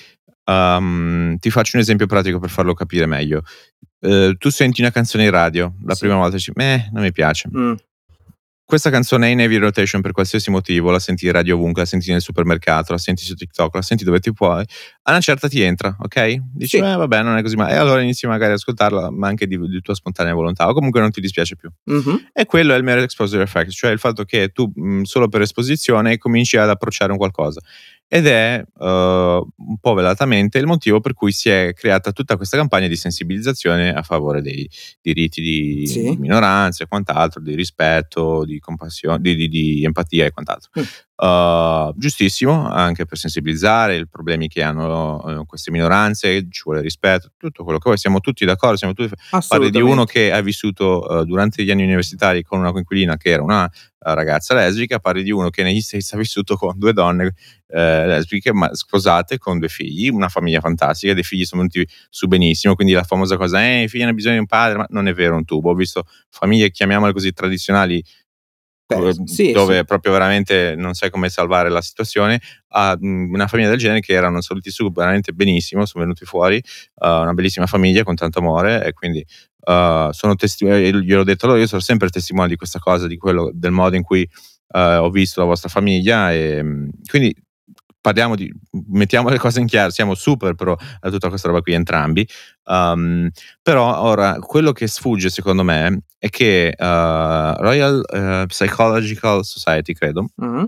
Um, ti faccio un esempio pratico per farlo capire meglio. Uh, tu senti una canzone in radio, la sì. prima volta dici, eh, non mi piace. Mm. Questa canzone è in heavy rotation per qualsiasi motivo, la senti in radio ovunque, la senti nel supermercato, la senti su TikTok, la senti dove ti puoi, a una certa ti entra, ok? Dici, sì. eh vabbè, non è così male. E allora inizi magari ad ascoltarla, ma anche di, di tua spontanea volontà, o comunque non ti dispiace più. Mm-hmm. E quello è il mere exposure effect, cioè il fatto che tu mh, solo per esposizione cominci ad approcciare un qualcosa. Ed è uh, un po' velatamente il motivo per cui si è creata tutta questa campagna di sensibilizzazione a favore dei diritti di sì. minoranze e quant'altro, di rispetto, di compassione, di, di, di empatia e quant'altro. Mm. Uh, giustissimo, anche per sensibilizzare i problemi che hanno uh, queste minoranze, ci vuole rispetto, tutto quello che vuoi, siamo tutti d'accordo, siamo tutti... Parli di uno che ha vissuto uh, durante gli anni universitari con una coinquilina che era una uh, ragazza lesbica, parli di uno che negli States ha vissuto con due donne eh, lesbiche ma sposate con due figli, una famiglia fantastica, dei figli sono venuti su benissimo, quindi la famosa cosa, eh, i figli hanno bisogno di un padre, ma non è vero un tubo, ho visto famiglie, chiamiamole così, tradizionali, Beh, sì, dove sì. proprio veramente non sai come salvare la situazione, a una famiglia del genere che erano saliti su veramente benissimo, sono venuti fuori, uh, una bellissima famiglia con tanto amore e quindi uh, sono testimone, gliel'ho detto loro, io sono sempre testimone di questa cosa, di quello, del modo in cui uh, ho visto la vostra famiglia e quindi parliamo di, mettiamo le cose in chiaro, siamo super pro a tutta questa roba qui entrambi, um, però ora quello che sfugge secondo me è che uh, Royal uh, Psychological Society, credo, uh-huh.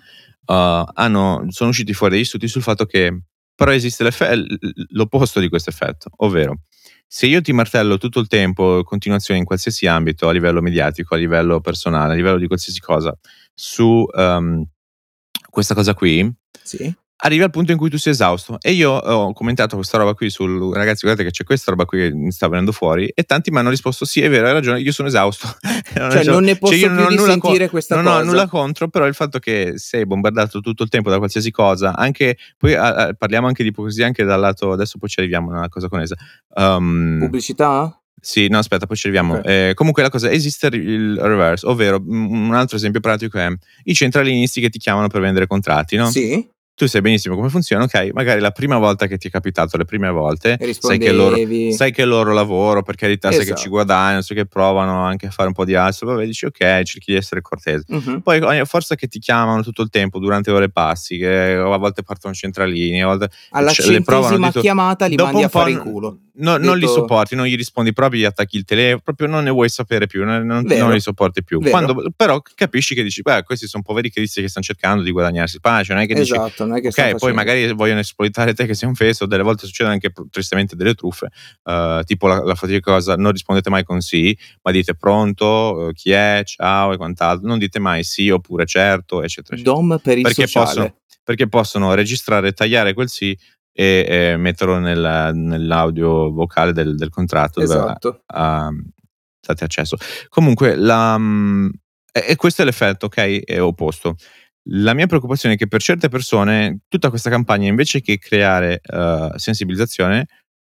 uh, hanno, sono usciti fuori degli studi sul fatto che però esiste l'opposto di questo effetto, ovvero se io ti martello tutto il tempo, continuazione in qualsiasi ambito, a livello mediatico, a livello personale, a livello di qualsiasi cosa, su um, questa cosa qui, sì. arrivi al punto in cui tu sei esausto. E io ho commentato questa roba qui sul ragazzi, guardate che c'è questa roba qui che mi sta venendo fuori, e tanti mi hanno risposto sì, è vero, hai ragione, io sono esausto. non cioè non ne posso cioè, più di sentire co- questa non cosa. Non ho nulla contro, però il fatto che sei bombardato tutto il tempo da qualsiasi cosa, anche poi a, a, parliamo anche di ipocrisia anche dal lato, adesso poi ci arriviamo a una cosa con essa. Um, Pubblicità? Sì, no, aspetta, poi ci arriviamo. Okay. Eh, comunque la cosa, esiste il reverse, ovvero un altro esempio pratico è i centralinisti che ti chiamano per vendere contratti, no? Sì. Tu sai benissimo come funziona, ok? Magari la prima volta che ti è capitato, le prime volte, sai che, loro, sai che è il loro lavoro, per carità, esatto. Sai che ci guadagnano, sai che provano anche a fare un po' di asso, vabbè, dici ok, cerchi di essere cortese. Uh-huh. Poi forse che ti chiamano tutto il tempo durante ore passi, che a volte partono centralini, a volte alla c- centesima le provano chiamata li dopo mandi a fare in culo. No, Detto... Non li sopporti, non gli rispondi proprio, gli attacchi il telefono, proprio non ne vuoi sapere più, non, non, non li sopporti più. Quando, però capisci che dici, beh, questi sono poveri cristi che stanno cercando di guadagnarsi il pace, non è che esatto, dici, non è che ok, poi magari vogliono esploitare te che sei un fesso, delle volte succedono anche tristemente delle truffe, uh, tipo la, la fatica cosa, non rispondete mai con sì, ma dite pronto, uh, chi è, ciao e quant'altro, non dite mai sì oppure certo, eccetera, eccetera. Dom per il perché sociale. Possono, perché possono registrare, tagliare quel sì e, e metterlo nel, nell'audio vocale del, del contratto esatto. dove ha date accesso. Comunque la, e, e questo è l'effetto, ok, è opposto. La mia preoccupazione è che per certe persone tutta questa campagna, invece che creare uh, sensibilizzazione,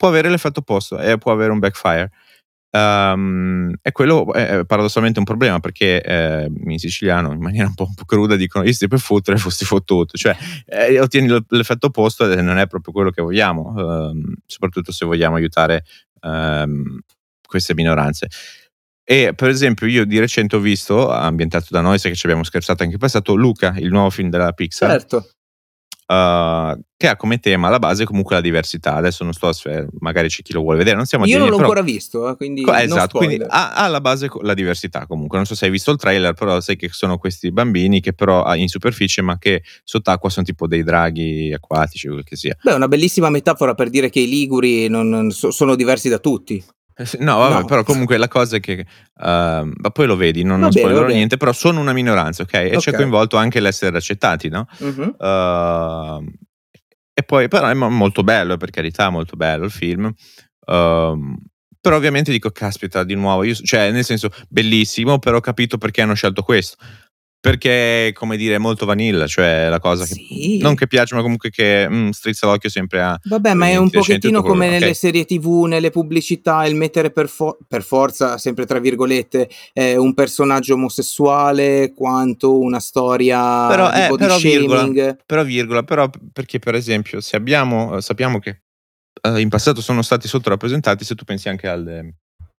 può avere l'effetto opposto e può avere un backfire. Um, e quello è paradossalmente un problema, perché eh, in siciliano in maniera un po', un po' cruda dicono io sti per fottere fosti fottuto, cioè eh, ottieni l'effetto opposto e non è proprio quello che vogliamo, um, soprattutto se vogliamo aiutare um, queste minoranze. E per esempio io di recente ho visto, ambientato da noi, sai che ci abbiamo scherzato anche in passato, Luca, il nuovo film della Pixar. Certo. Uh, che ha come tema alla base comunque la diversità. Adesso non sto a sfer- magari c'è chi lo vuole vedere, non siamo a Io dire, non l'ho però, ancora visto, eh, quindi co- non esatto, quindi spoiler. ha, ha alla base co- la diversità comunque. Non so se hai visto il trailer, però sai che sono questi bambini che però ah, in superficie, ma che sott'acqua sono tipo dei draghi acquatici, quel che sia. Beh, è una bellissima metafora per dire che i liguri non, non so- sono diversi da tutti. Eh sì, No, vabbè, No. però comunque la cosa è che, ehm, ma poi lo vedi, non, Va non bene, va spoilerò bene. niente, però sono una minoranza, ok? E c'è Ok. coinvolto anche l'essere accettati, no? Mhm. Uh, e poi, però è mo- molto bello, per carità, molto bello il film. Um, però ovviamente dico, caspita, di nuovo, io, cioè, nel senso, bellissimo, però ho capito perché hanno scelto questo. Perché, come dire, è molto vanilla, cioè la cosa che Sì. non che piace, ma comunque che mm, strizza l'occhio sempre a Vabbè, ma è un provenienti decenti, pochettino tutto quello- come ok. nelle serie tivù, nelle pubblicità, il mettere per, fo- per forza, sempre tra virgolette, eh, un personaggio omosessuale quanto una storia Però, di eh, body però virgola, shaming. però virgola, però perché per esempio se abbiamo, eh, sappiamo che eh, in passato sono stati sottorappresentati, se tu pensi anche alle,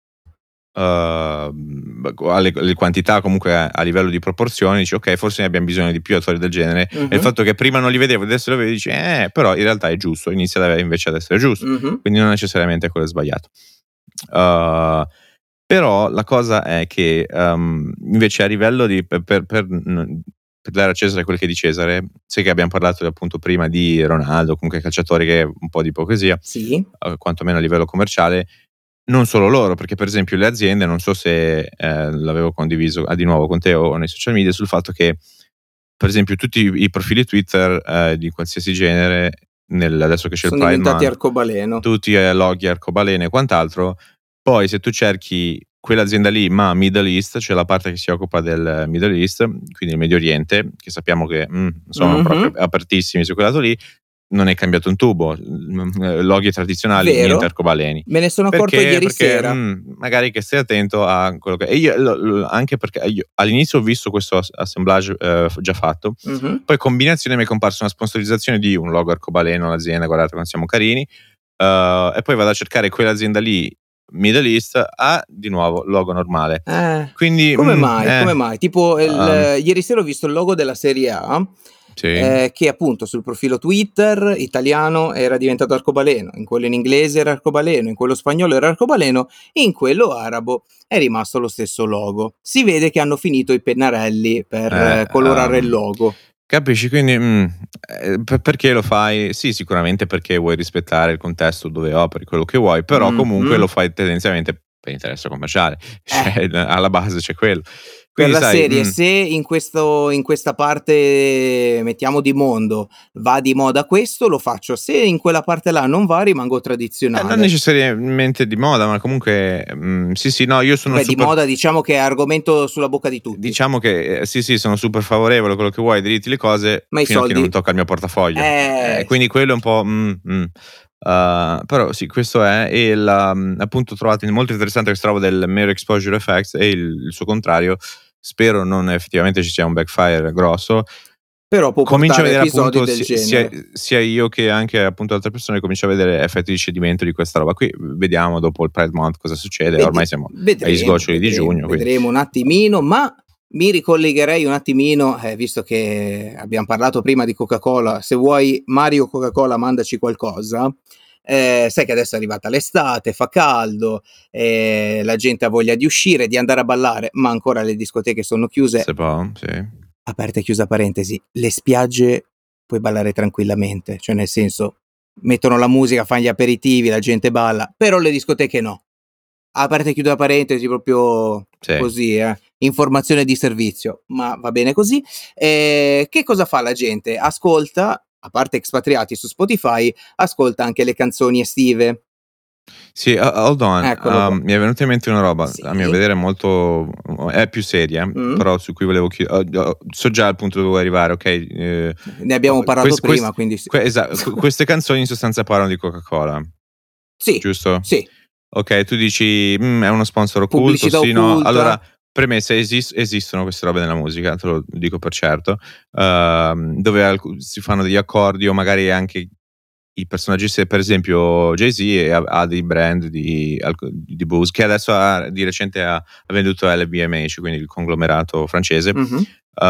uh, alle, alle quantità, comunque a, a livello di proporzioni, dici ok, forse ne abbiamo bisogno di più attori del genere, Mhm. e il fatto che prima non li vedevo, adesso lo vedi, dici eh, però in realtà è giusto, inizia ad, invece ad essere giusto, Mhm. quindi non necessariamente quello è sbagliato. Uh, però la cosa è che um, invece a livello di per, per, per, per dare a Cesare quel che è di Cesare, sai che abbiamo parlato appunto prima di Ronaldo, comunque calciatori che un po' di ipocrisia, Sì. uh, quantomeno a livello commerciale, non solo loro, perché per esempio le aziende, non so se eh, l'avevo condiviso ah, di nuovo con te o nei social media, sul fatto che per esempio tutti i, i profili Twitter eh, di qualsiasi genere, nel, adesso che c'è Sono il Pride diventati Month, arcobaleno. tutti eh, loghi, arcobaleno e quant'altro. Poi se tu cerchi quell'azienda lì, ma Middle East, cioè la parte che si occupa del Middle East, quindi il Medio Oriente, che sappiamo che mm, sono Mhm. proprio apertissimi su quel lato lì, non è cambiato un tubo. Loghi tradizionali, Vero? niente arcobaleni. Me ne sono accorto Perché? ieri Perché sera. mm, magari che stai attento a quello che... E io, lo- lo- anche perché io all'inizio ho visto questo as- assemblage eh, già fatto, Mhm. poi combinazione mi è comparsa una sponsorizzazione di un logo arcobaleno, l'azienda, guardate quanto siamo carini, uh, e poi vado a cercare quell'azienda lì, Middle East, ha di nuovo logo normale. Eh, Quindi come mm, mai? eh, Come mai? Tipo, il- um, ieri sera ho visto il logo della Serie A, sì. eh, che appunto sul profilo Twitter italiano era diventato arcobaleno, in quello in inglese era arcobaleno, in quello spagnolo era arcobaleno, e in quello arabo è rimasto lo stesso logo. Si vede che hanno finito i pennarelli per Eh, eh, colorare um, il logo. Capisci? Quindi mm, eh, per- perché lo fai? Sì, sicuramente perché vuoi rispettare il contesto dove operi, quello che vuoi, però comunque Mhm. lo fai tendenzialmente per interesse commerciale, Eh, cioè alla base c'è quello. per Quindi la sai, serie, mm, se in questo, in questa parte, mettiamo di mondo, va di moda questo, lo faccio. Se in quella parte là non va, rimango eh, non tradizionale. necessariamente di moda, ma comunque mm, sì, sì, no, io sono Beh, di super... moda diciamo che è argomento sulla bocca di tutti. Diciamo che eh, sì, sì, sono super favorevole a quello che vuoi, diritti le cose, Ma i fino a che soldi? non tocca il mio portafoglio. Eh, Eh, quindi quello è un po'... mm, mm. Uh, però sì, questo è, e la, mm, appunto trovate molto interessante questo trovo del Mere Exposure Effect e il, il suo contrario. Spero non effettivamente ci sia un backfire grosso. però può Comincio a portare vedere episodi appunto del si- sia, genere. sia io che anche appunto altre persone, comincio a vedere effetti di cedimento di questa roba qui. Vediamo dopo il Pride Month cosa succede. Vedi- Ormai siamo agli vedremo, sgoccioli di vedremo, giugno, quindi vedremo un attimino, ma mi ricollegherei un attimino, eh, visto che abbiamo parlato prima di Coca-Cola. Se vuoi, Mario Coca-Cola, mandaci qualcosa. Eh, sai che adesso è arrivata l'estate, fa caldo, eh, la gente ha voglia di uscire, di andare a ballare, ma ancora le discoteche sono chiuse. se può, sì. Aperta e chiusa parentesi, le spiagge puoi ballare tranquillamente, cioè nel senso, mettono la musica, fanno gli aperitivi, la gente balla, però le discoteche no. Aperta e chiusa parentesi, proprio Sì. così, eh. Informazione di servizio, ma va bene così. Eh, che cosa fa la gente? Ascolta, a parte Expatriati su Spotify, ascolta anche le canzoni estive. Sì, uh, hold on, Eccolo qua. um, mi è venuta in mente una roba, Sì. a mio vedere molto, è più seria, Mm. però su cui volevo chiudere, so già il punto dove vuoi arrivare, ok? Eh, Ne abbiamo parlato quest- prima, quest- quindi sì. que- esatto, que- queste canzoni in sostanza parlano di Coca-Cola. Sì, giusto? sì. Ok, tu dici mm, è uno sponsor occulto, Pubblicità sì, no? occulta. Allora, premessa, esis- esistono queste robe nella musica, te lo dico per certo, ehm, dove alc- si fanno degli accordi o magari anche i personaggi, se per esempio Jay-Z ha, ha dei brand di, alco- di booze che adesso ha, di recente ha, ha venduto L V M H, quindi il conglomerato francese. Mhm.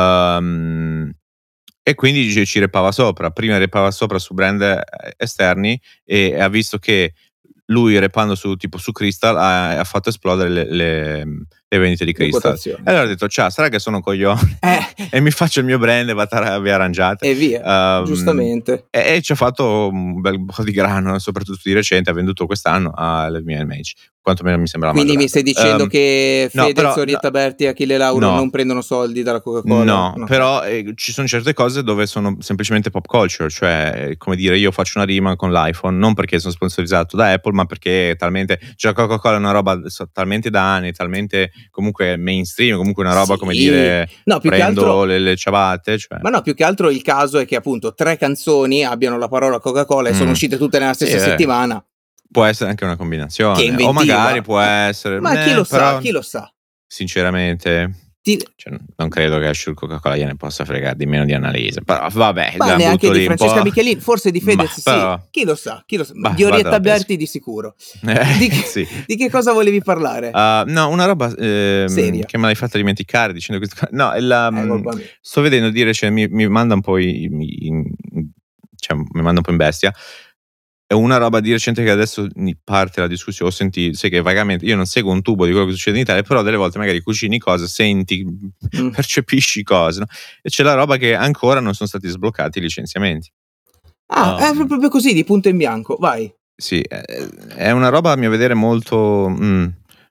Ehm, e quindi ci, ci repava sopra, prima repava sopra su brand eh, esterni e ha visto che lui repando su tipo su Crystal ha, ha fatto esplodere le, le, le vendite di Le Crystal. quotazioni. E allora ha detto ciao, sarà che sono un coglione Eh, e mi faccio il mio brand e vado via arrangiate. e via, Um, giustamente. e, e ci ha fatto un bel po' di grano, soprattutto di recente, ha venduto quest'anno al V M H, quantomeno mi sembra la Quindi mi maggioranza. stai dicendo Um, che no, Fedez, però, no, Orietta Berti e Achille Lauro non no, prendono soldi dalla Coca-Cola? No, Ok. però eh, ci sono certe cose dove sono semplicemente pop culture, cioè eh, come dire io faccio una rima con l'iPhone non perché sono sponsorizzato da Apple ma perché è talmente, cioè Coca-Cola è una roba so- talmente da anni, talmente comunque mainstream, comunque una roba come Sì, dire no, più che prendo altro, le, le ciabatte, cioè ma no, più che altro il caso è che appunto tre canzoni abbiano la parola Coca-Cola e sono mm, uscite tutte nella sì, stessa eh, settimana. può essere anche una Che combinazione o magari inventiva. può Eh, essere, ma chi lo eh, sa, però chi lo sa. sinceramente Ti- cioè, non credo che Asciug Coca-Cola gliene possa fregare di meno di Annalisa, però vabbè, Ma la neanche butto di lì un Francesca po'. Michelin, forse di Ma Fedez sì, però chi lo sa, chi lo sa. bah, Di vado Orietta alla pesca. Berti di sicuro. Eh, Di che, sì. di che cosa volevi parlare? Uh, no, una roba ehm, Seria. che me l'hai fatta dimenticare dicendo questo. No, la, È mm, colpa mia. sto vedendo dire, cioè, mi, mi manda un po' i, i- in- cioè, mi manda un po' in bestia. È una roba di recente che adesso mi parte la discussione. Ho sentito, sai che vagamente io non seguo un tubo di quello che succede in Italia, però delle volte magari cucini cose, senti, Mm. percepisci cose, no? E c'è la roba che ancora non sono stati sbloccati i licenziamenti. Ah, è Um, proprio così, di punto in bianco, vai. Sì, è, è una roba a mio vedere molto mm,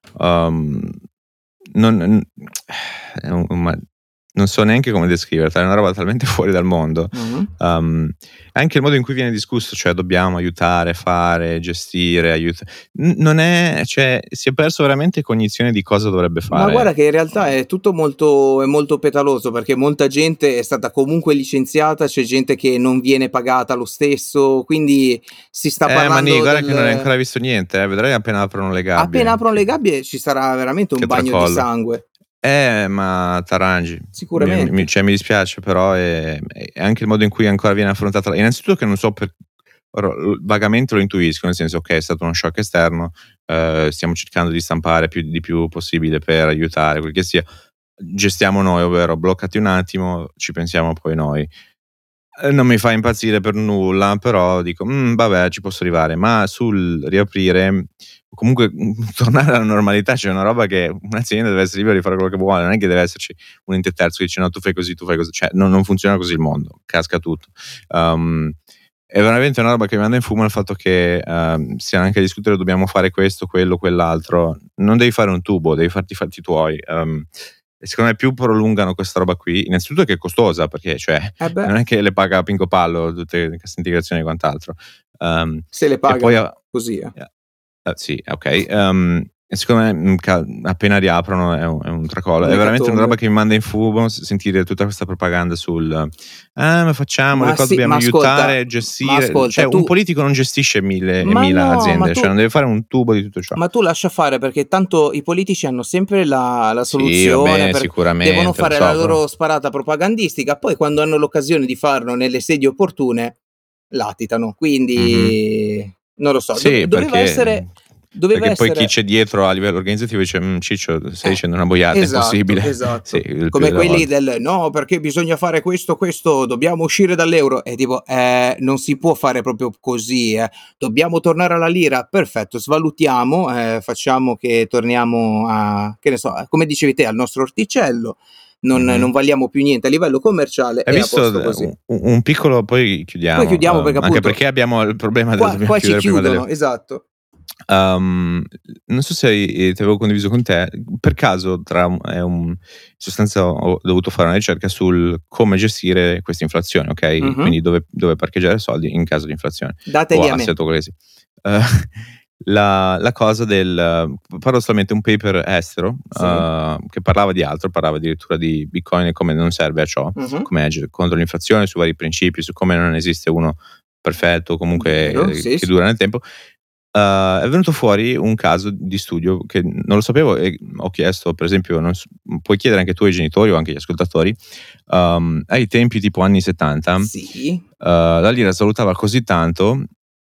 um, non, n- è un- ma- non so neanche come descriverla, è una roba talmente fuori dal mondo. Mhm. Um, anche il modo in cui viene discusso, cioè dobbiamo aiutare, fare, gestire, aiuta- n- non è, cioè si è perso veramente cognizione di cosa dovrebbe Ma guarda fare. che in realtà è tutto molto, è molto petaloso perché molta gente è stata comunque licenziata, c'è gente che non viene pagata lo stesso, quindi si sta Eh, ma Nì, parlando guarda che non hai del... ancora visto niente, eh, vedrai appena aprono le Appena gabbie, aprono le che, gabbie ci sarà veramente un che bagno di tracollo. sangue, Eh, ma t'arrangi. Mi, mi- sicuramente. cioè, mi dispiace, però è, è anche il modo in cui ancora viene affrontata. la- Innanzitutto che non so per ora, l- vagamente lo intuisco, nel senso ok, è stato uno shock esterno, eh, stiamo cercando di stampare più di più possibile per aiutare, quel che sia. Gestiamo noi, ovvero bloccati un attimo, ci pensiamo poi noi. Eh, Non mi fa impazzire per nulla, però dico, "Mm, vabbè, ci posso arrivare", ma sul riaprire, comunque mm, tornare alla normalità, c'è una roba che un'azienda deve essere libera di fare quello che vuole, non è che deve esserci un ente terzo che dice no, tu fai così, tu fai così, cioè non, non funziona così il mondo, casca tutto. Um, è veramente una roba che mi manda in fumo il fatto che um, stiamo anche a discutere dobbiamo fare questo, quello, quell'altro, non devi fare un tubo, devi farti i fatti tuoi. Um, e secondo me più prolungano questa roba qui, innanzitutto che è costosa, perché cioè Eh beh, non è che le paga Pinco Pallo tutte le cassa integrazioni e quant'altro. Um, se le e poi pagano così. Eh. eh, sì, ok. Um, e secondo me mm, ca- appena riaprono è un, è un tracollo. È veramente una roba Un'ecatombe. che mi manda in fumo s- sentire tutta questa propaganda sul ah, ma facciamo le Ma cose, sì, dobbiamo ma ascolta, aiutare, ma gestire. ascolta, Cioè, un tu... politico non gestisce mille e Ma mila no, ma aziende, cioè tu... non deve fare un tubo di tutto ciò. Ma tu lascia fare perché tanto i politici hanno sempre la, la Sì, soluzione, vabbè, per- devono sicuramente, lo fare so, la però. loro sparata propagandistica, poi quando hanno l'occasione di farlo nelle sedi opportune, latitano. Mhm. Quindi non lo so, dove- Sì, doveva perché, essere, doveva perché poi chi essere, c'è dietro a livello organizzativo dice "Mm, Ciccio, stai eh, dicendo una boiata, è esatto, impossibile." Sì, esatto. il più Come delle quelli volte. del no, perché bisogna fare questo, questo, dobbiamo uscire dall'euro. E tipo, eh, non si può fare proprio così, eh. Dobbiamo tornare alla lira. Perfetto, svalutiamo, eh, facciamo che torniamo a, che ne so, come dicevi te, al nostro orticello. Non, non Mhm. valiamo più niente a livello commerciale Hai e a visto posto eh, così. un, un piccolo, poi Poi chiudiamo, chiudiamo perché ehm, anche appunto perché abbiamo il problema del qua, dobbiamo qua ci chiudere prima chiudono, delle. esatto. Um, non so se eh, ti avevo condiviso con te, per caso tra un- è un, in sostanza ho dovuto fare una ricerca sul come gestire questa inflazione, ok? Mhm. Quindi dove, dove parcheggiare soldi in caso di inflazione o Dateli a me. assetto quello che sia. Eh, la, la cosa del parlo solamente un paper estero Sì. eh, che parlava di altro, parlava addirittura di Bitcoin e come non serve a ciò, Mhm. come agire contro l'inflazione, su vari principi, su come non esiste uno perfetto, comunque Vero, eh, sì, che sì. dura nel tempo. Uh, è venuto fuori un caso di studio che non lo sapevo e ho chiesto, per esempio, non so, puoi chiedere anche tu ai genitori o anche agli ascoltatori, um, ai tempi tipo anni settanta, sì. uh, la lira salutava così tanto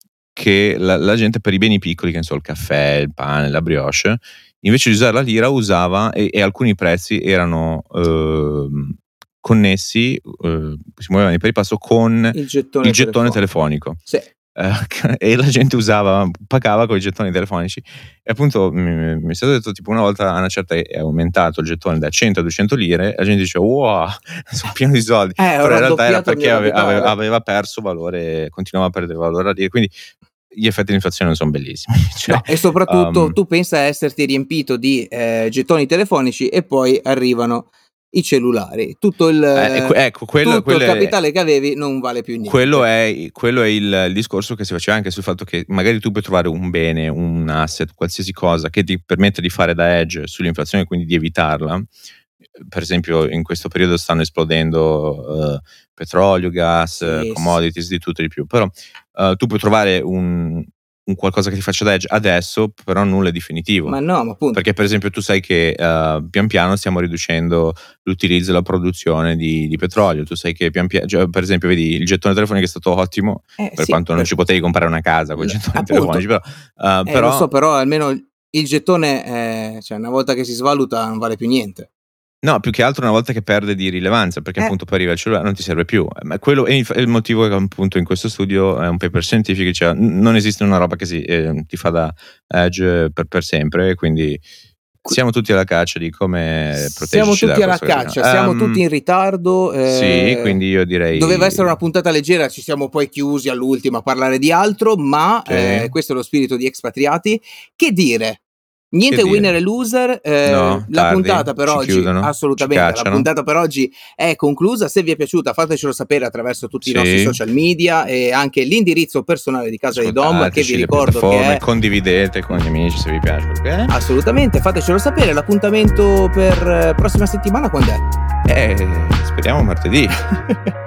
che la, la gente per i beni piccoli, che ne so, il caffè, il pane, la brioche, invece di usare la lira usava, e, e alcuni prezzi erano uh, connessi, uh, si muovevano di pari passo con il gettone, il gettone telefonico. telefonico. Sì. Uh, e la gente usava, pagava con i gettoni telefonici, e appunto mi, mi è stato detto tipo una volta a una certa è aumentato il gettone da cento a duecento lire, e la gente dice wow, sono pieno di soldi, eh, però in realtà era il perché mio ave, ave, capitale. aveva perso valore, continuava a perdere valore la lira, quindi gli effetti dell'inflazione non sono bellissimi. Cioè, No, e soprattutto um, tu pensa a esserti riempito di eh, gettoni telefonici e poi arrivano i cellulari, tutto il, eh, ecco, quello, tutto quello il è, capitale che avevi non vale più niente. Quello è, quello è il, il discorso che si faceva anche sul fatto che magari tu puoi trovare un bene, un asset, qualsiasi cosa che ti permette di fare da hedge sull'inflazione, quindi di evitarla. Per esempio in questo periodo stanno esplodendo uh, petrolio, gas, Sì, commodities, di tutto e di più, però uh, tu puoi trovare un, un qualcosa che ti faccia da hedge adesso, però nulla è definitivo. Ma no, ma appunto. Perché per esempio tu sai che uh, pian piano stiamo riducendo l'utilizzo e la produzione di, di petrolio, tu sai che pian piano, cioè, per esempio vedi il gettone telefonico è stato ottimo, eh, per sì, quanto non per... ci potevi comprare una casa con i gettoni appunto. telefonici, però, uh, eh, però... lo so, però almeno il gettone, eh, cioè una volta che si svaluta non vale più niente. No, più che altro una volta che perde di rilevanza, perché eh. appunto poi arriva il cellulare non ti serve più. Ma quello è il, è il motivo che appunto in questo studio è un paper scientifico, cioè non esiste una roba che si, eh, ti fa da edge per, per sempre, quindi siamo tutti alla caccia di come proteggerci. Siamo tutti alla caccia, caccia, siamo um, tutti in ritardo. Eh, sì, quindi io direi... Doveva essere una puntata leggera, ci siamo poi chiusi all'ultimo a parlare di altro, ma sì. eh, questo è lo spirito di Expatriati. Che dire? Niente che winner dire? e loser, eh, no, la tardi, puntata per oggi chiudono, assolutamente, la puntata per oggi è conclusa. Se vi è piaciuta fatecelo sapere attraverso tutti sì. i nostri social media e anche l'indirizzo personale di Casa di Dom, che vi ricordo che è... condividete con gli amici se vi piace, okay? Assolutamente, fatecelo sapere. L'appuntamento per prossima settimana quando è? Eh, speriamo martedì.